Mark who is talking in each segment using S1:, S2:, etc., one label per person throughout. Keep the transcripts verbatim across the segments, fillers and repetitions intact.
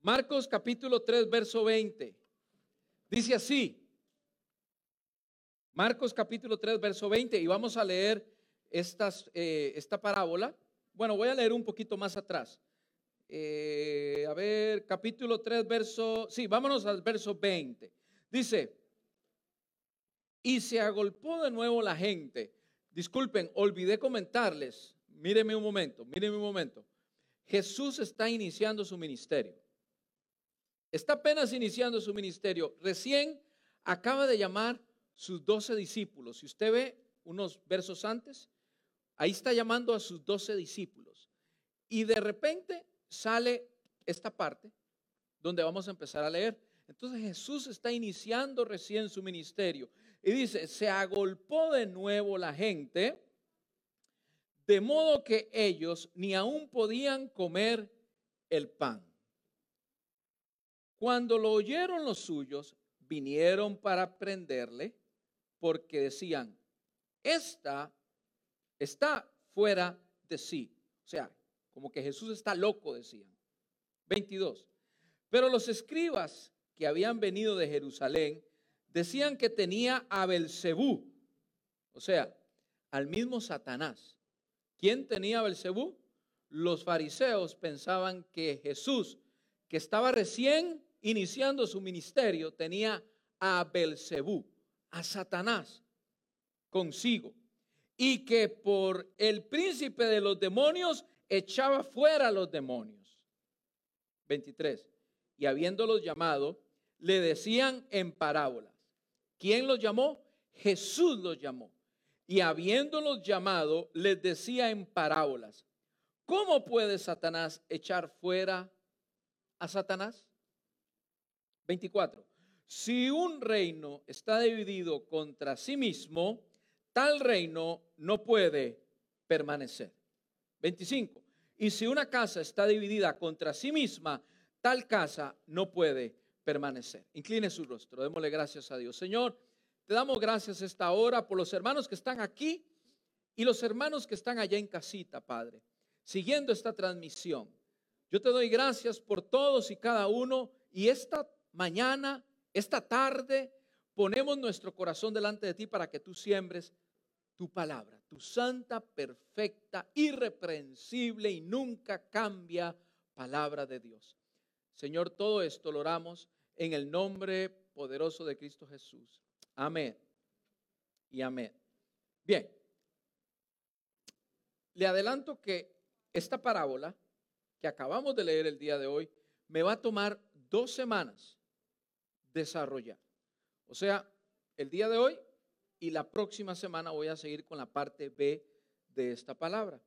S1: Marcos capítulo tres, verso veinte. Dice así. Marcos capítulo tres, verso veinte. Y vamos a leer estas, eh, esta parábola. Bueno, voy a leer un poquito más atrás. Eh, a ver, capítulo tres, verso... Sí, vámonos al verso veinte. Dice, y se agolpó de nuevo la gente. Disculpen, olvidé comentarles. Mírenme un momento, mírenme un momento. Jesús está iniciando su ministerio. Está apenas iniciando su ministerio. Recién acaba de llamar sus doce discípulos. Si usted ve unos versos antes, ahí está llamando a sus doce discípulos. Y de repente sale esta parte donde vamos a empezar a leer. Entonces Jesús está iniciando recién su ministerio. Y dice, se agolpó de nuevo la gente, de modo que ellos ni aún podían comer el pan. Cuando lo oyeron los suyos, vinieron para prenderle, porque decían, esta está fuera de sí. O sea, como que Jesús está loco, decían. veintidós. Pero los escribas que habían venido de Jerusalén decían que tenía a Belcebú, o sea, al mismo Satanás. ¿Quién tenía a Belcebú? Los fariseos pensaban que Jesús, que estaba recién iniciando su ministerio, tenía a Belcebú, a Satanás consigo, y que por el príncipe de los demonios echaba fuera a los demonios. veintitrés. Y habiéndolos llamado, le decían en parábolas. ¿Quién los llamó? Jesús los llamó. Y habiéndolos llamado, les decía en parábolas, ¿cómo puede Satanás echar fuera a Satanás? veinticuatro. Si un reino está dividido contra sí mismo, tal reino no puede permanecer. veinticinco. Y si una casa está dividida contra sí misma, tal casa no puede permanecer. Incline su rostro, démosle gracias a Dios. Señor, te damos gracias esta hora por los hermanos que están aquí y los hermanos que están allá en casita, Padre, siguiendo esta transmisión. Yo te doy gracias por todos y cada uno, y esta mañana, esta tarde, ponemos nuestro corazón delante de ti para que tú siembres tu palabra, tu santa, perfecta, irreprensible y nunca cambia palabra de Dios. Señor, todo esto lo oramos en el nombre poderoso de Cristo Jesús. Amén y amén. Bien, le adelanto que esta parábola que acabamos de leer el día de hoy me va a tomar dos semanas desarrollar. O sea, el día de hoy y la próxima semana voy a seguir con la parte B de esta palabra.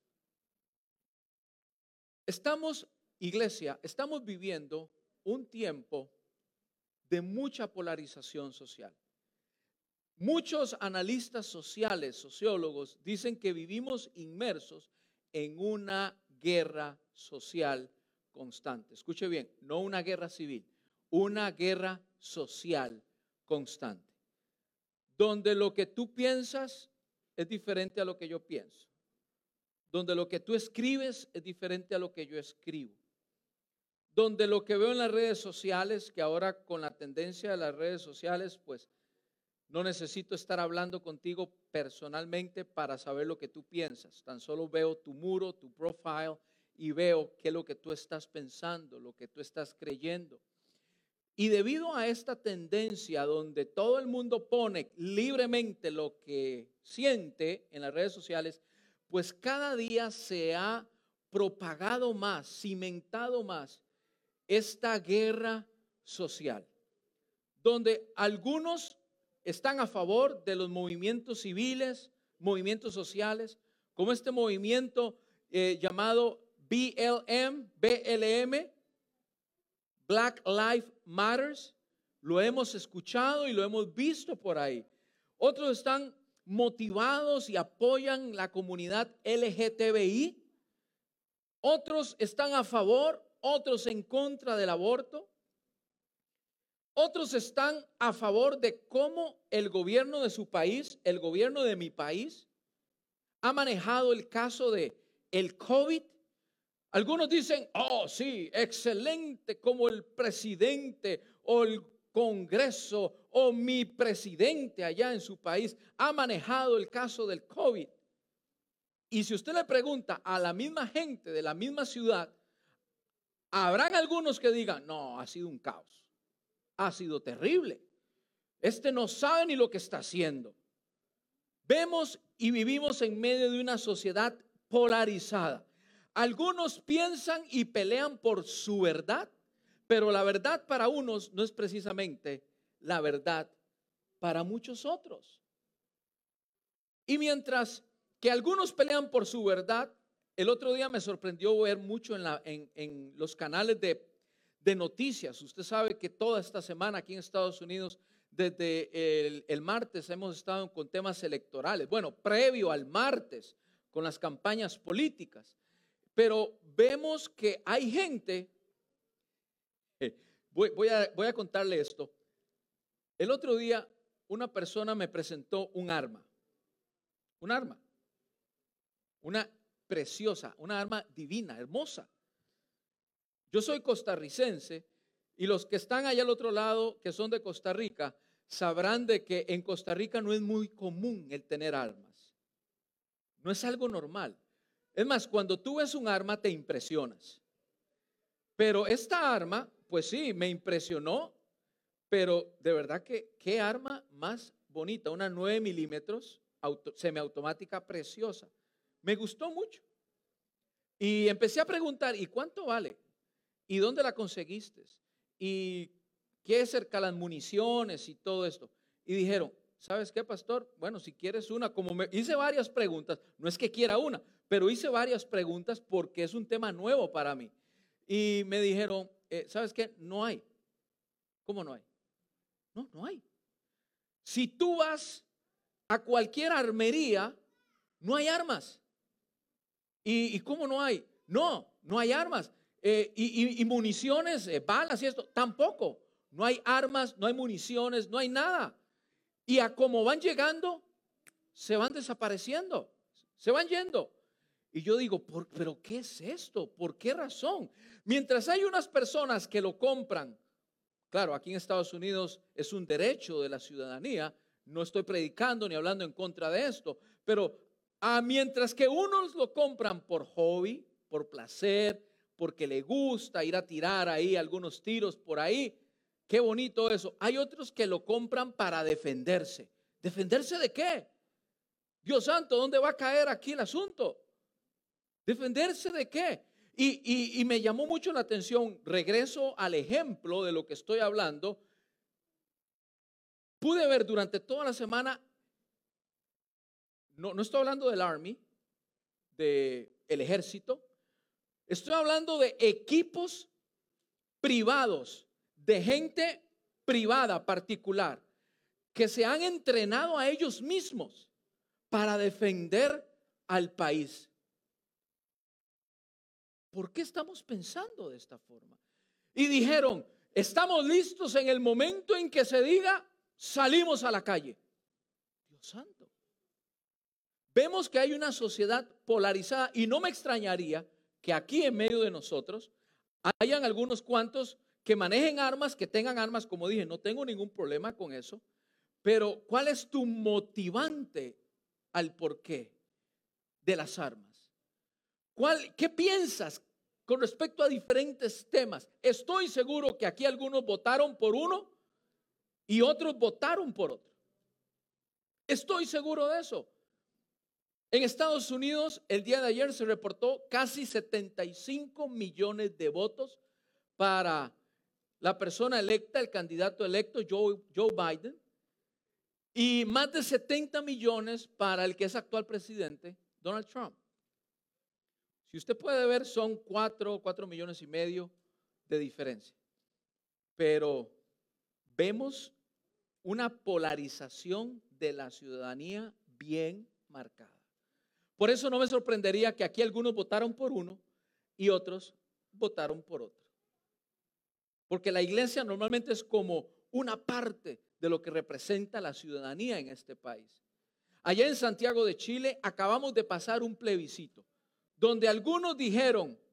S1: Estamos, iglesia, estamos viviendo un tiempo de mucha polarización social. Muchos analistas sociales, sociólogos, dicen que vivimos inmersos en una guerra social constante. Escuche bien, no una guerra civil, una guerra social constante, donde lo que tú piensas es diferente a lo que yo pienso, donde lo que tú escribes es diferente a lo que yo escribo, donde lo que veo en las redes sociales, que ahora con la tendencia de las redes sociales, pues no necesito estar hablando contigo personalmente para saber lo que tú piensas, tan solo veo tu muro, tu profile y veo qué es lo que tú estás pensando, lo que tú estás creyendo. Y debido a esta tendencia donde todo el mundo pone libremente lo que siente en las redes sociales, pues cada día se ha propagado más, cimentado más esta guerra social, donde algunos están a favor de los movimientos civiles, movimientos sociales, como este movimiento eh, llamado B L M, B L M, Black Lives Matters. Lo hemos escuchado y lo hemos visto por ahí. Otros están motivados y apoyan la comunidad L G T B I. Otros están a favor, otros en contra del aborto. Otros están a favor de cómo el gobierno de su país, el gobierno de mi país, ha manejado el caso de el COVID, Algunos dicen, oh sí, excelente como el presidente o el Congreso o mi presidente allá en su país ha manejado el caso del COVID. Y si usted le pregunta a la misma gente de la misma ciudad, habrán algunos que digan, no, ha sido un caos, ha sido terrible. Este no sabe ni lo que está haciendo. Vemos y vivimos en medio de una sociedad polarizada. Algunos piensan y pelean por su verdad, pero la verdad para unos no es precisamente la verdad para muchos otros. Y mientras que algunos pelean por su verdad, el otro día me sorprendió ver mucho en, la, en, en los canales de, de noticias. Usted sabe que toda esta semana aquí en Estados Unidos, desde el, el martes hemos estado con temas electorales. Bueno, previo al martes, con las campañas políticas. Pero vemos que hay gente, eh, voy, voy, a, voy a contarle esto. El otro día una persona me presentó un arma, un arma, una preciosa, una arma divina, hermosa. Yo soy costarricense y los que están allá al otro lado, que son de Costa Rica, sabrán de que en Costa Rica no es muy común el tener armas. No es algo normal. Es más, cuando tú ves un arma te impresionas. Pero esta arma, pues sí, me impresionó, pero de verdad que qué arma más bonita, una nueve milímetros auto, semiautomática preciosa. Me gustó mucho. Y empecé a preguntar, ¿y cuánto vale? ¿Y dónde la conseguiste? ¿Y qué cerca las municiones y todo esto? Y dijeron, ¿sabes qué, pastor? Bueno, si quieres una, como me hice varias preguntas, no es que quiera una, pero hice varias preguntas porque es un tema nuevo para mí. Y me dijeron, eh, ¿sabes qué? No hay. ¿Cómo no hay? No, no hay. Si tú vas a cualquier armería, no hay armas. ¿Y, y cómo no hay? No, no hay armas. Eh, y, y, y municiones, eh, balas y esto, tampoco. No hay armas, no hay municiones, no hay nada. Y a como van llegando, se van desapareciendo, se van yendo. Y yo digo, ¿por, pero qué es esto? ¿Por qué razón? Mientras hay unas personas que lo compran, claro, aquí en Estados Unidos es un derecho de la ciudadanía, no estoy predicando ni hablando en contra de esto, pero ah, mientras que unos lo compran por hobby, por placer, porque le gusta ir a tirar ahí algunos tiros por ahí, qué bonito eso. Hay otros que lo compran para defenderse. ¿Defenderse de qué? Dios santo, ¿dónde va a caer aquí el asunto? ¿Defenderse de qué? Y, y, y me llamó mucho la atención, regreso al ejemplo de lo que estoy hablando. Pude ver durante toda la semana, no, no estoy hablando del Army, del ejército, estoy hablando de equipos privados, de gente privada particular, que se han entrenado a ellos mismos para defender al país. ¿Por qué estamos pensando de esta forma? Y dijeron, estamos listos en el momento en que se diga, salimos a la calle. Dios santo. Vemos que hay una sociedad polarizada y no me extrañaría que aquí en medio de nosotros hayan algunos cuantos que manejen armas, que tengan armas, como dije, no tengo ningún problema con eso, pero ¿cuál es tu motivante al porqué de las armas? ¿Cuál, qué piensas con respecto a diferentes temas? Estoy seguro que aquí algunos votaron por uno y otros votaron por otro. Estoy seguro de eso. En Estados Unidos, el día de ayer se reportó casi setenta y cinco millones de votos para la persona electa, el candidato electo Joe, Joe Biden, y más de setenta millones para el que es actual presidente, Donald Trump. Si usted puede ver, son cuatro, cuatro millones y medio de diferencia. Pero vemos una polarización de la ciudadanía bien marcada. Por eso no me sorprendería que aquí algunos votaron por uno y otros votaron por otro. Porque la iglesia normalmente es como una parte de lo que representa la ciudadanía en este país. Allá en Santiago de Chile acabamos de pasar un plebiscito donde algunos dijeron,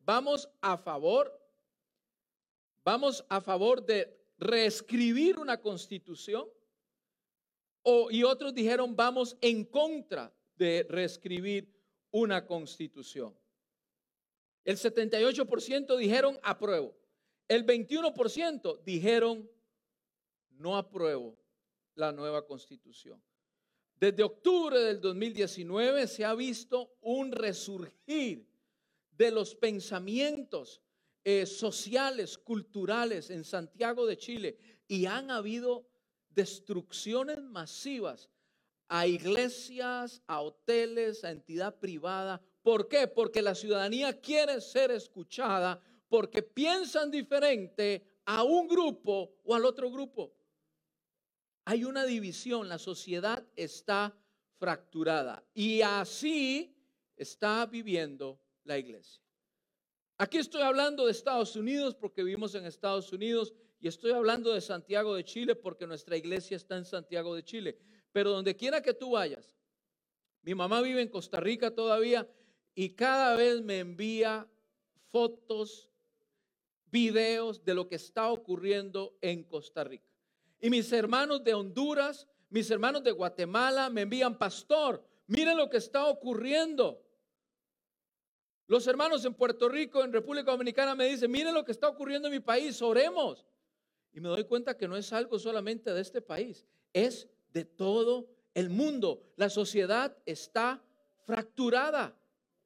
S1: vamos a favor, vamos a favor de reescribir una constitución, o, y otros dijeron vamos en contra de reescribir una constitución. El setenta y ocho por ciento dijeron apruebo. El veintiuno por ciento dijeron no apruebo la nueva constitución. Desde octubre del dos mil diecinueve se ha visto un resurgir de los pensamientos eh, sociales, culturales en Santiago de Chile, y han habido destrucciones masivas a iglesias, a hoteles, a entidad privada. ¿Por qué? Porque la ciudadanía quiere ser escuchada, porque piensan diferente a un grupo o al otro grupo. Hay una división, la sociedad está fracturada y así está viviendo la iglesia. Aquí estoy hablando de Estados Unidos porque vivimos en Estados Unidos, y estoy hablando de Santiago de Chile porque nuestra iglesia está en Santiago de Chile. Pero donde quiera que tú vayas, mi mamá vive en Costa Rica todavía y cada vez me envía fotos, videos de lo que está ocurriendo en Costa Rica. Y mis hermanos de Honduras, mis hermanos de Guatemala me envían, pastor, miren lo que está ocurriendo. Los hermanos en Puerto Rico, en República Dominicana me dicen, miren lo que está ocurriendo en mi país, oremos. Y me doy cuenta que no es algo solamente de este país, es de todo el mundo. La sociedad está fracturada.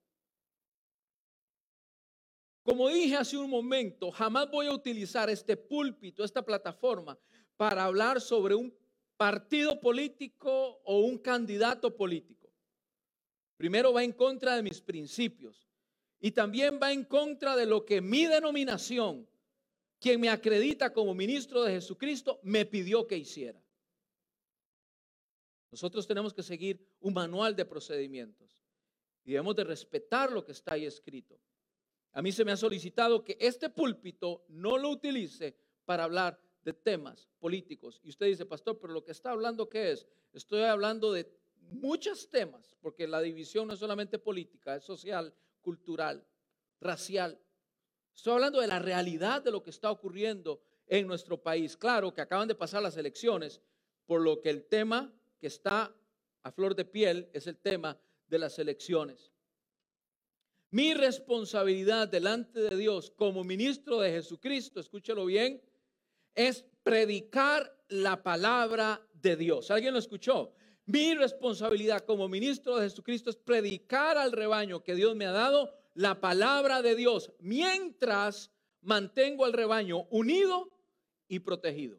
S1: Como dije hace un momento, jamás voy a utilizar este púlpito, esta plataforma, para hablar sobre un partido político o un candidato político. Primero va en contra de mis principios y también va en contra de lo que mi denominación, quien me acredita como ministro de Jesucristo, me pidió que hiciera. Nosotros tenemos que seguir un manual de procedimientos y debemos de respetar lo que está ahí escrito. A mí se me ha solicitado que este púlpito no lo utilice para hablar de temas políticos. Y usted dice, pastor, pero lo que está hablando, ¿qué es? Estoy hablando de muchos temas, porque la división no es solamente política, es social, cultural, racial. Estoy hablando de la realidad de lo que está ocurriendo en nuestro país. Claro que acaban de pasar las elecciones, por lo que el tema que está a flor de piel es el tema de las elecciones. Mi responsabilidad delante de Dios como ministro de Jesucristo, escúchelo bien, es predicar la palabra de Dios. ¿Alguien lo escuchó? Mi responsabilidad como ministro de Jesucristo es predicar al rebaño que Dios me ha dado la palabra de Dios, mientras mantengo al rebaño unido y protegido.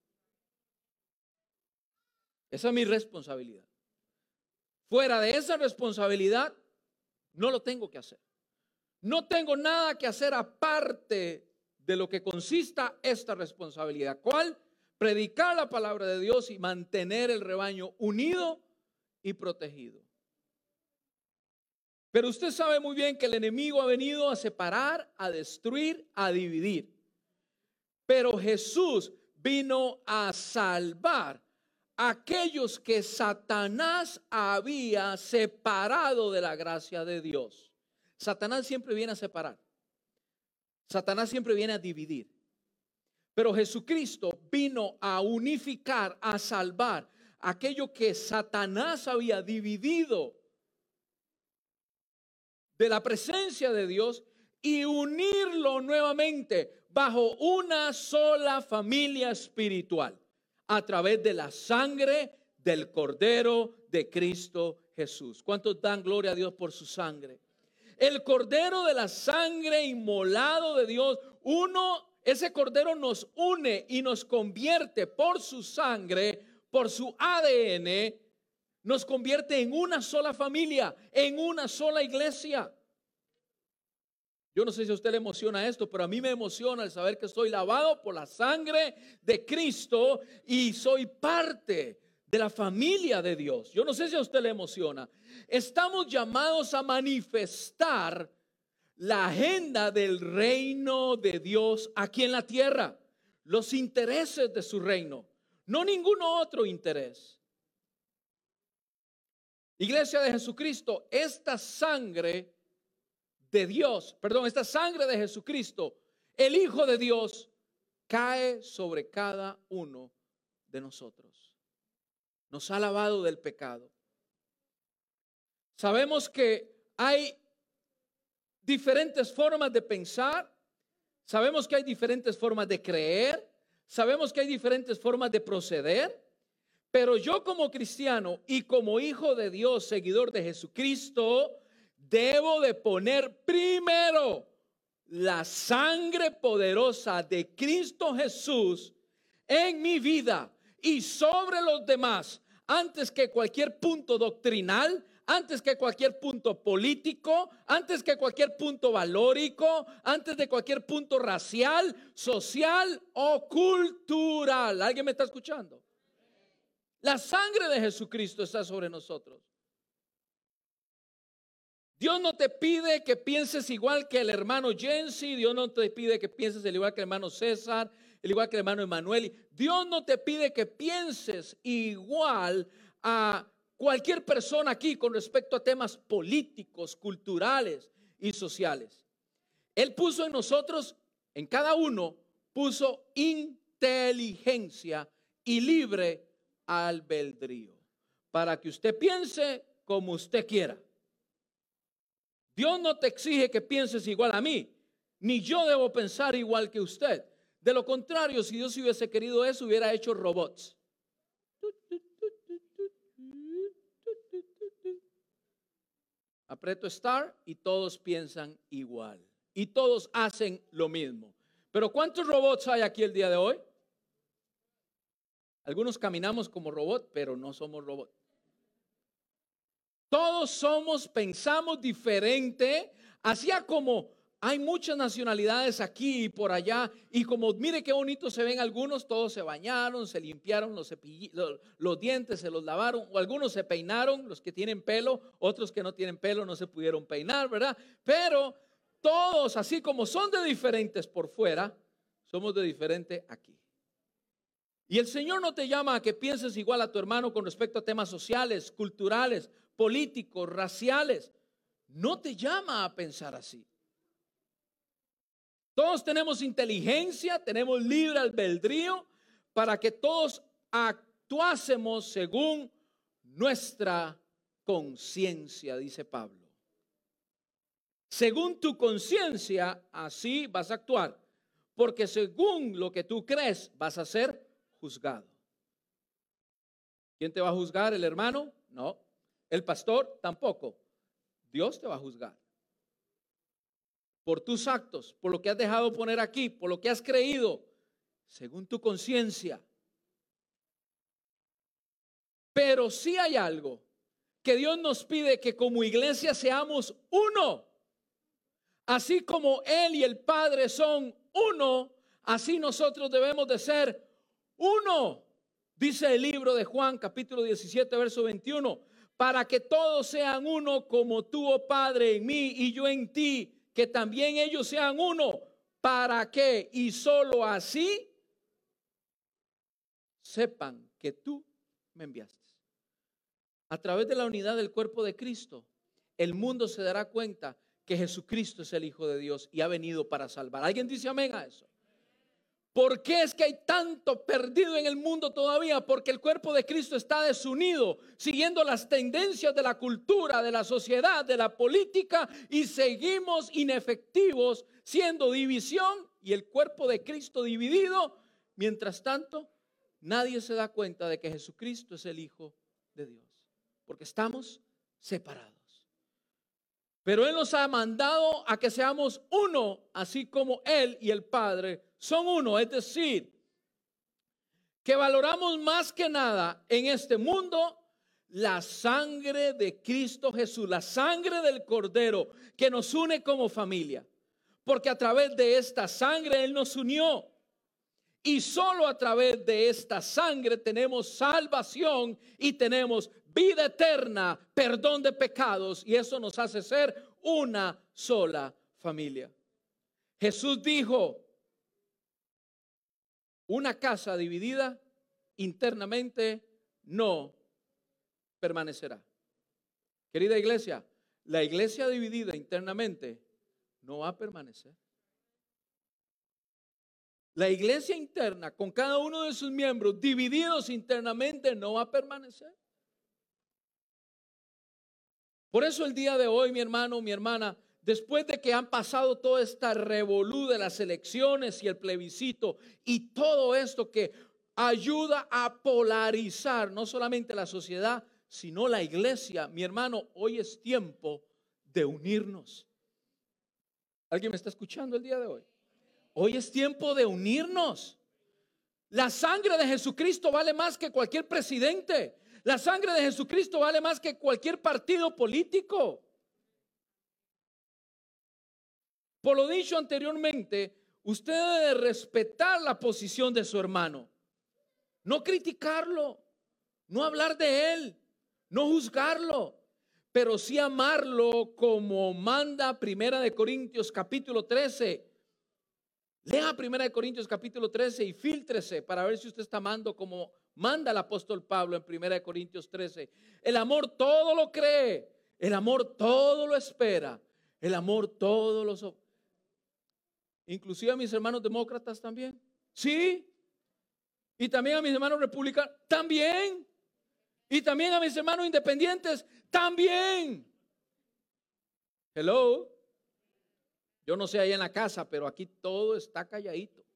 S1: Esa es mi responsabilidad. Fuera de esa responsabilidad, no lo tengo que hacer. No tengo nada que hacer aparte de lo que consista esta responsabilidad. ¿Cuál? Predicar la palabra de Dios y mantener el rebaño unido y protegido. Pero usted sabe muy bien que el enemigo ha venido a separar, a destruir, a dividir. Pero Jesús vino a salvar a aquellos que Satanás había separado de la gracia de Dios. Satanás siempre viene a separar. Satanás siempre viene a dividir. Pero Jesucristo vino a unificar, a salvar aquello que Satanás había dividido de la presencia de Dios y unirlo nuevamente bajo una sola familia espiritual a través de la sangre del Cordero de Cristo Jesús. ¿Cuántos dan gloria a Dios por su sangre? El Cordero de la sangre inmolado de Dios, uno, ese Cordero nos une y nos convierte por su sangre, por su A D N, nos convierte en una sola familia, en una sola iglesia. Yo no sé si a usted le emociona esto, pero a mí me emociona el saber que estoy lavado por la sangre de Cristo y soy parte de la familia de Dios. Yo no sé si a usted le emociona. Estamos llamados a manifestar la agenda del reino de Dios aquí en la tierra, los intereses de su reino, no ningún otro interés. Iglesia de Jesucristo, esta sangre de Dios, perdón, esta sangre de Jesucristo, el Hijo de Dios, cae sobre cada uno de nosotros. Nos ha lavado del pecado. Sabemos que hay diferentes formas de pensar, sabemos que hay diferentes formas de creer, sabemos que hay diferentes formas de proceder, pero yo como cristiano y como hijo de Dios, seguidor de Jesucristo, debo de poner primero la sangre poderosa de Cristo Jesús en mi vida y sobre los demás, antes que cualquier punto doctrinal, antes que cualquier punto político, antes que cualquier punto valórico, antes de cualquier punto racial, social o cultural. ¿Alguien me está escuchando? La sangre de Jesucristo está sobre nosotros. Dios no te pide que pienses igual que el hermano Jensi, Dios no te pide que pienses igual que el hermano César, el igual que el hermano Emanuel. Dios no te pide que pienses igual a cualquier persona aquí con respecto a temas políticos, culturales y sociales. Él puso en nosotros, en cada uno, puso inteligencia y libre albedrío para que usted piense como usted quiera. Dios no te exige que pienses igual a mí, ni yo debo pensar igual que usted. De lo contrario, si Dios hubiese querido eso, hubiera hecho robots. Aprieto Start y todos piensan igual. Y todos hacen lo mismo. Pero ¿cuántos robots hay aquí el día de hoy? Algunos caminamos como robot, pero no somos robots. Todos somos, pensamos diferente, así como hay muchas nacionalidades aquí y por allá, y como mire qué bonito se ven algunos, todos se bañaron, se limpiaron los, cepill- los, los dientes, se los lavaron, o algunos se peinaron, los que tienen pelo, otros que no tienen pelo no se pudieron peinar, ¿verdad? Pero todos, así como son de diferentes por fuera, somos de diferente aquí. Y el Señor no te llama a que pienses igual a tu hermano con respecto a temas sociales, culturales, políticos, raciales. No te llama a pensar así. Todos tenemos inteligencia, tenemos libre albedrío para que todos actuásemos según nuestra conciencia, dice Pablo. Según tu conciencia, así vas a actuar, porque según lo que tú crees, vas a ser juzgado. ¿Quién te va a juzgar? ¿El hermano? No. ¿El pastor? Tampoco. Dios te va a juzgar por tus actos, por lo que has dejado poner aquí, por lo que has creído, según tu conciencia. Pero sí hay algo que Dios nos pide, que como iglesia seamos uno. Así como Él y el Padre son uno, así nosotros debemos de ser uno. Dice el libro de Juan, capítulo diecisiete, verso veintiuno, para que todos sean uno como tú, oh Padre, en mí y yo en ti, que también ellos sean uno. ¿Para qué? Y solo así sepan que tú me enviaste. A través de la unidad del cuerpo de Cristo, el mundo se dará cuenta que Jesucristo es el Hijo de Dios y ha venido para salvar. ¿Alguien dice amén a eso? ¿Por qué es que hay tanto perdido en el mundo todavía? Porque el cuerpo de Cristo está desunido, siguiendo las tendencias de la cultura, de la sociedad, de la política, y seguimos inefectivos, siendo división y el cuerpo de Cristo dividido. Mientras tanto, nadie se da cuenta de que Jesucristo es el Hijo de Dios, porque estamos separados. Pero Él nos ha mandado a que seamos uno, así como Él y el Padre son uno. Es decir, que valoramos más que nada en este mundo la sangre de Cristo Jesús, la sangre del Cordero que nos une como familia. Porque a través de esta sangre Él nos unió. Y solo a través de esta sangre tenemos salvación y tenemos vida eterna, perdón de pecados, y eso nos hace ser una sola familia. Jesús dijo, una casa dividida internamente no permanecerá. Querida iglesia, la iglesia dividida internamente no va a permanecer. La iglesia interna, con cada uno de sus miembros divididos internamente, no va a permanecer. Por eso el día de hoy, mi hermano, mi hermana, después de que han pasado toda esta revolú de las elecciones y el plebiscito y todo esto que ayuda a polarizar no solamente la sociedad, sino la iglesia, mi hermano, hoy es tiempo de unirnos. ¿Alguien me está escuchando el día de hoy? Hoy es tiempo de unirnos. La sangre de Jesucristo vale más que cualquier presidente. La sangre de Jesucristo vale más que cualquier partido político. Por lo dicho anteriormente, usted debe respetar la posición de su hermano. No criticarlo, no hablar de él, no juzgarlo, pero sí amarlo como manda Primera de Corintios capítulo trece. Lea Primera de Corintios capítulo trece y fíltrese para ver si usted está amando como manda el apóstol Pablo en Primera de Corintios trece. El amor todo lo cree, el amor todo lo espera, el amor todo lo so- inclusive a mis hermanos demócratas también. Sí. Y también a mis hermanos republicanos también. Y también a mis hermanos independientes también. Hello. Yo no sé ahí en la casa, pero aquí todo está calladito.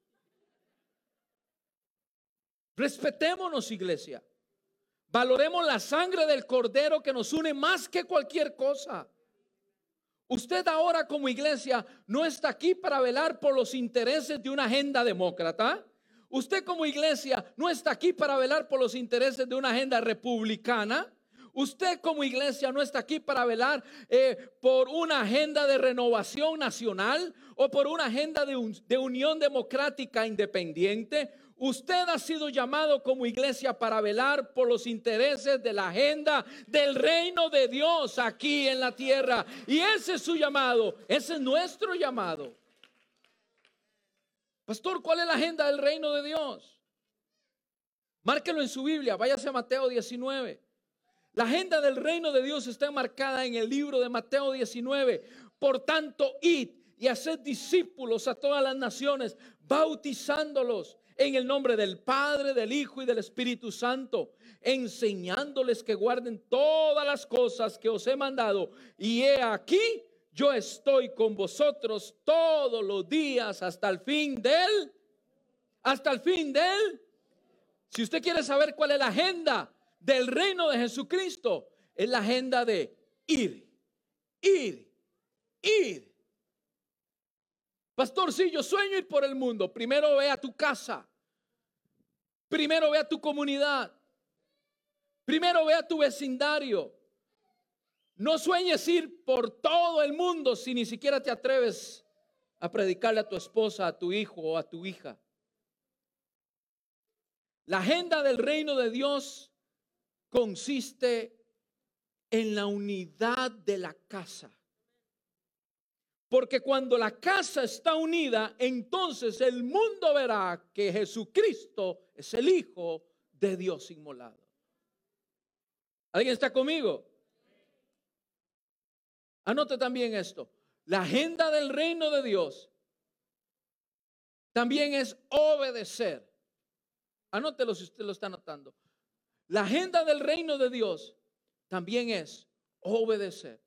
S1: Respetémonos, iglesia. Valoremos la sangre del Cordero que nos une más que cualquier cosa. Usted ahora como iglesia no está aquí para velar por los intereses de una agenda demócrata. Usted como iglesia no está aquí para velar por los intereses de una agenda republicana. Usted como iglesia no está aquí para velar eh, por una agenda de renovación nacional o por una agenda de, un, de unión democrática independiente. Usted ha sido llamado como iglesia para velar por los intereses de la agenda del reino de Dios aquí en la tierra. Y ese es su llamado, ese es nuestro llamado. Pastor, ¿cuál es la agenda del reino de Dios? Márquelo en su Biblia, váyase a Mateo diecinueve. La agenda del reino de Dios está enmarcada en el libro de Mateo diecinueve. Por tanto, id y haced discípulos a todas las naciones, bautizándolos en el nombre del Padre, del Hijo y del Espíritu Santo, enseñándoles que guarden todas las cosas que os he mandado. Y he aquí, yo estoy con vosotros todos los días hasta el fin del, hasta el fin del. Si usted quiere saber cuál es la agenda del reino de Jesucristo, es la agenda de ir, ir, ir. Pastor, sí, yo sueño ir por el mundo. Primero ve a tu casa. Primero ve a tu comunidad. Primero ve a tu vecindario. No sueñes ir por todo el mundo si ni siquiera te atreves a predicarle a tu esposa, a tu hijo o a tu hija. La agenda del reino de Dios consiste en la unidad de la casa. Porque cuando la casa está unida, entonces el mundo verá que Jesucristo es el Hijo de Dios inmolado. ¿Alguien está conmigo? Anote también esto. La agenda del reino de Dios también es obedecer. Anótelo si usted lo está anotando. La agenda del reino de Dios también es obedecer.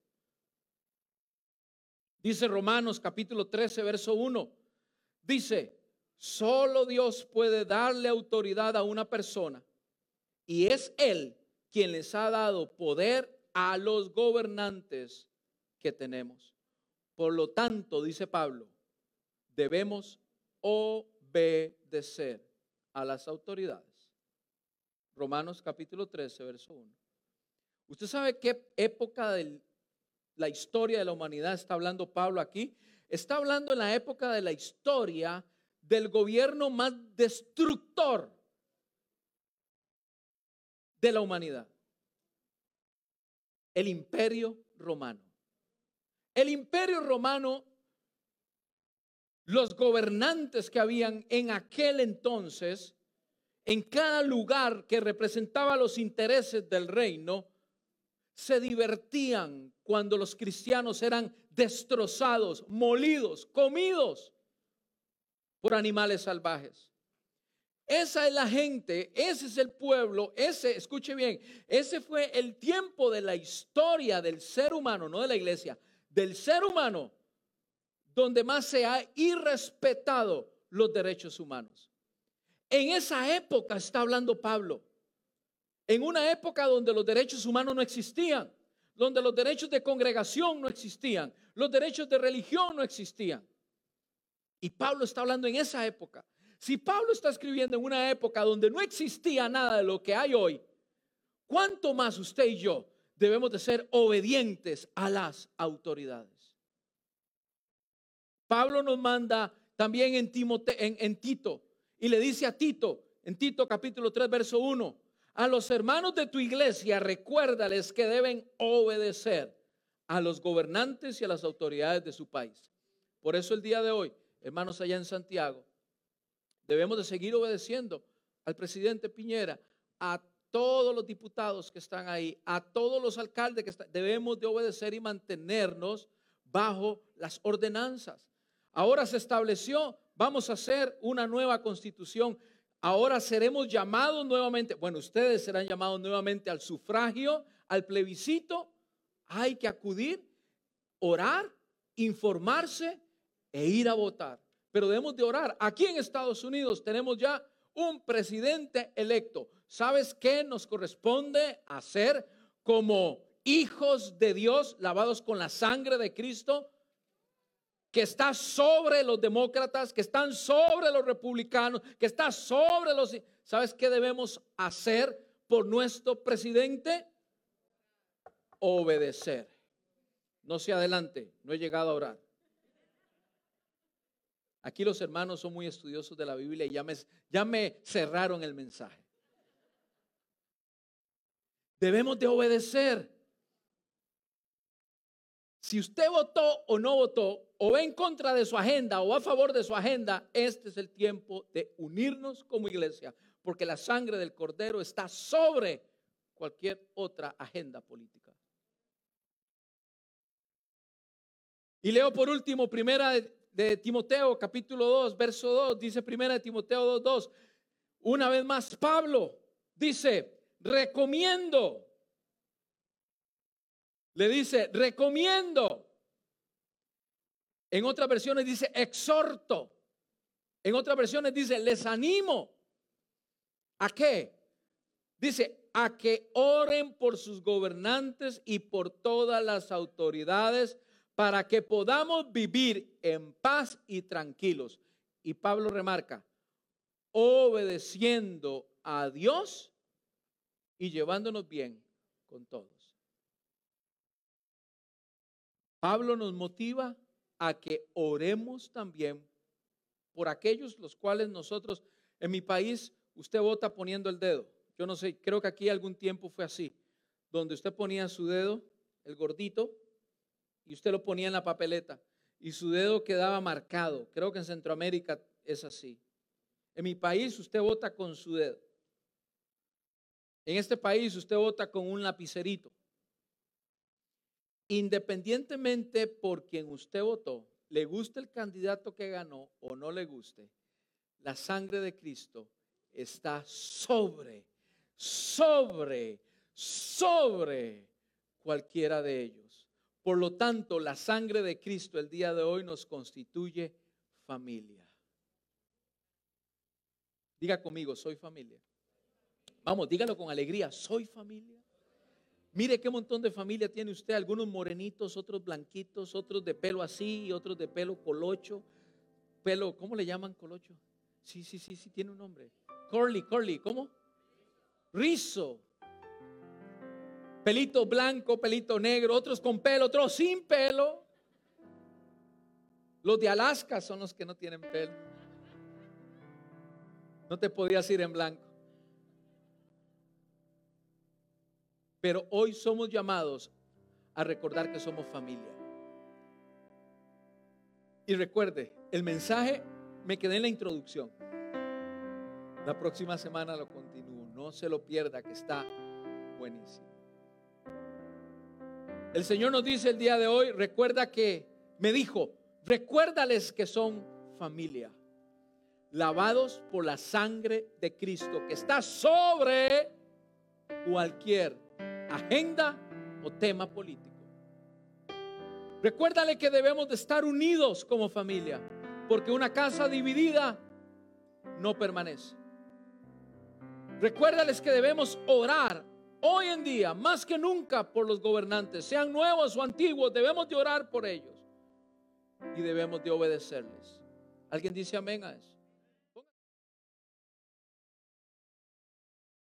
S1: Dice Romanos capítulo trece, verso uno. Dice, solo Dios puede darle autoridad a una persona y es Él quien les ha dado poder a los gobernantes que tenemos. Por lo tanto, dice Pablo, debemos obedecer a las autoridades. Romanos capítulo trece, verso uno. ¿Usted sabe qué época de la historia de la humanidad está hablando Pablo aquí? Está hablando en la época de la historia del gobierno más destructor de la humanidad. El Imperio Romano. El Imperio Romano, los gobernantes que habían en aquel entonces, en cada lugar que representaba los intereses del reino, se divertían cuando los cristianos eran destrozados, molidos, comidos por animales salvajes. Esa es la gente, ese es el pueblo, ese, escuche bien, ese fue el tiempo de la historia del ser humano, no de la iglesia, del ser humano, donde más se ha irrespetado los derechos humanos. En esa época está hablando Pablo, en una época donde los derechos humanos no existían, donde los derechos de congregación no existían, los derechos de religión no existían. Y Pablo está hablando en esa época. Si Pablo está escribiendo en una época donde no existía nada de lo que hay hoy, ¿cuánto más usted y yo debemos de ser obedientes a las autoridades? Pablo nos manda también en, Timote, en, en Tito, y le dice a Tito, en Tito capítulo tres verso uno, a los hermanos de tu iglesia recuérdales que deben obedecer a los gobernantes y a las autoridades de su país. Por eso el día de hoy, hermanos allá en Santiago, debemos de seguir obedeciendo al presidente Piñera, a todos los diputados que están ahí, a todos los alcaldes que están. Debemos de obedecer y mantenernos bajo las ordenanzas. Ahora se estableció, vamos a hacer una nueva constitución. Ahora seremos llamados nuevamente, bueno, ustedes serán llamados nuevamente al sufragio, al plebiscito. Hay que acudir, orar, informarse e ir a votar. Pero debemos de orar. Aquí en Estados Unidos tenemos ya un presidente electo. ¿Sabes qué nos corresponde hacer como hijos de Dios lavados con la sangre de Cristo? Que está sobre los demócratas, que están sobre los republicanos, que está sobre los... ¿Sabes qué debemos hacer por nuestro presidente? Obedecer. No se adelante, no he llegado a orar. Aquí los hermanos son muy estudiosos de la Biblia y ya me, ya me cerraron el mensaje. Debemos de obedecer. Si usted votó o no votó, o va en contra de su agenda o a favor de su agenda, este es el tiempo de unirnos como iglesia, porque la sangre del Cordero está sobre cualquier otra agenda política. Y leo por último primera de de Timoteo capítulo dos verso dos, dice primera de Timoteo dos dos, una vez más Pablo dice recomiendo, le dice recomiendo, en otras versiones dice exhorto, en otras versiones dice les animo, ¿a qué? Dice a que oren por sus gobernantes y por todas las autoridades, para que podamos vivir en paz y tranquilos. Y Pablo remarca, obedeciendo a Dios y llevándonos bien con todos. Pablo nos motiva a que oremos también por aquellos los cuales nosotros, en mi país, usted vota poniendo el dedo. Yo no sé, creo que aquí algún tiempo fue así, donde usted ponía su dedo, el gordito, y usted lo ponía en la papeleta y su dedo quedaba marcado. Creo que en Centroamérica es así. En mi país usted vota con su dedo. En este país usted vota con un lapicerito. Independientemente por quien usted votó, le guste el candidato que ganó o no le guste, la sangre de Cristo está sobre, sobre, sobre cualquiera de ellos. Por lo tanto, la sangre de Cristo el día de hoy nos constituye familia. Diga conmigo, soy familia. Vamos, dígalo con alegría, soy familia. Mire qué montón de familia tiene usted, algunos morenitos, otros blanquitos, otros de pelo así y otros de pelo colocho. Pelo, ¿cómo le llaman colocho? Sí, sí, sí, sí, tiene un nombre. Curly, curly, ¿cómo? Rizo. Pelito blanco, pelito negro, otros con pelo, otros sin pelo. Los de Alaska son los que no tienen pelo. No te podías ir en blanco. Pero hoy somos llamados a recordar que somos familia. Y recuerde, el mensaje me quedé en la introducción. La próxima semana lo continúo. No se lo pierda, que está buenísimo. El Señor nos dice el día de hoy, recuerda que, me dijo, recuérdales que son familia, lavados por la sangre de Cristo, que está sobre cualquier agenda o tema político. Recuérdale que debemos de estar unidos como familia, porque una casa dividida no permanece. Recuérdales que debemos orar hoy en día, más que nunca, por los gobernantes, sean nuevos o antiguos. Debemos de orar por ellos y debemos de obedecerles. ¿Alguien dice amén a eso?